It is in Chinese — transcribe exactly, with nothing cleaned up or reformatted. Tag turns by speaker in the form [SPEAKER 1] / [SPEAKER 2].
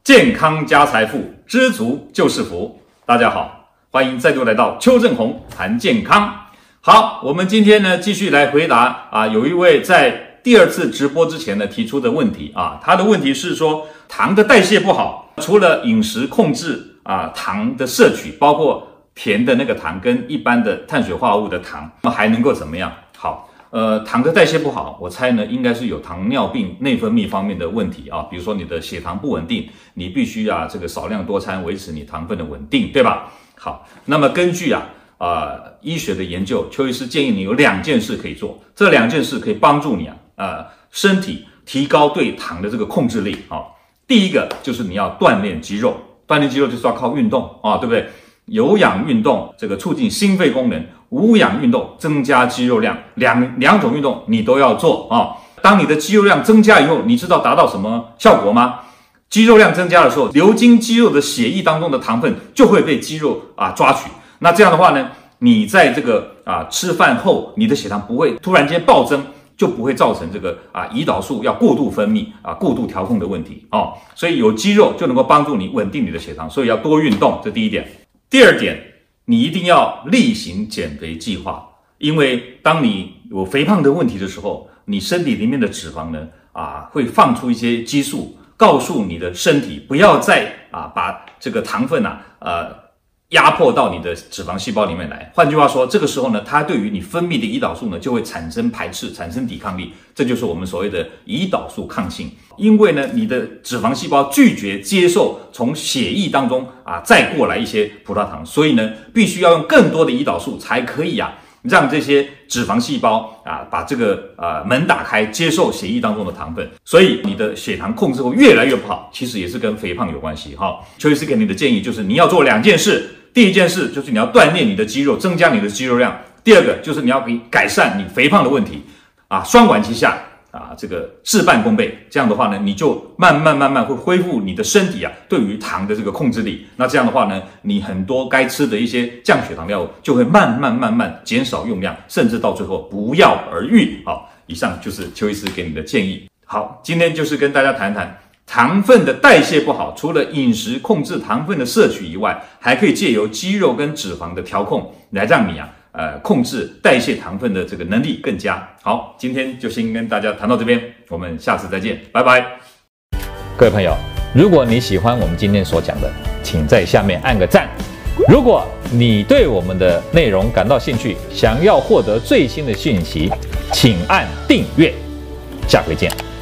[SPEAKER 1] 健康加财富，知足就是福。大家好，欢迎再度来到邱正红谈健康。好，我们今天呢继续来回答啊，有一位在第二次直播之前呢提出的问题啊，他的问题是说糖的代谢不好，除了饮食控制啊糖的摄取，包括甜的那个糖跟一般的碳水化合物的糖，那么还能够怎么样？好。呃，糖的代谢不好，我猜呢应该是有糖尿病内分泌方面的问题啊，比如说你的血糖不稳定，你必须啊这个少量多餐维持你糖分的稳定，对吧？好，那么根据啊呃医学的研究，邱医师建议你有两件事可以做，这两件事可以帮助你啊呃身体提高对糖的这个控制力啊。第一个就是你要锻炼肌肉，锻炼肌肉就是要靠运动啊，对不对？有氧运动这个促进心肺功能，无氧运动增加肌肉量，两两种运动你都要做啊。当你的肌肉量增加以后，你知道达到什么效果吗？肌肉量增加的时候，流经肌肉的血液当中的糖分就会被肌肉啊抓取。那这样的话呢，你在这个啊吃饭后，你的血糖不会突然间暴增，就不会造成这个啊胰岛素要过度分泌啊过度调控的问题哦。所以有肌肉就能够帮助你稳定你的血糖，所以要多运动，这第一点。第二点，你一定要例行减肥计划，因为当你有肥胖的问题的时候，你身体里面的脂肪呢，啊，会放出一些激素，告诉你的身体不要再啊把这个糖分啊，呃，压迫到你的脂肪细胞里面来。换句话说，这个时候呢，它对于你分泌的胰岛素呢，就会产生排斥，产生抵抗力，这就是我们所谓的胰岛素抗性。因为呢，你的脂肪细胞拒绝接受从血液当中啊再过来一些葡萄糖，所以呢，必须要用更多的胰岛素才可以啊，让这些脂肪细胞啊把这个呃门打开，接受血液当中的糖分。所以你的血糖控制会越来越不好，其实也是跟肥胖有关系哈。邱医师给你的建议就是你要做两件事，第一件事就是你要锻炼你的肌肉，增加你的肌肉量；第二个就是你要改善你肥胖的问题，啊，双管齐下。啊，这个事半功倍，这样的话呢，你就慢慢慢慢会恢复你的身体啊对于糖的这个控制力。那这样的话呢，你很多该吃的一些降血糖药物就会慢慢慢慢减少用量，甚至到最后不药而愈。好，以上就是邱医师给你的建议。好，今天就是跟大家谈谈糖分的代谢不好，除了饮食控制糖分的摄取以外，还可以借由肌肉跟脂肪的调控来让你啊。呃，控制代谢糖分的这个能力更佳。好，今天就先跟大家谈到这边，我们下次再见，拜拜。
[SPEAKER 2] 各位朋友，如果你喜欢我们今天所讲的，请在下面按个赞。如果你对我们的内容感到兴趣，想要获得最新的讯息，请按订阅。下回见。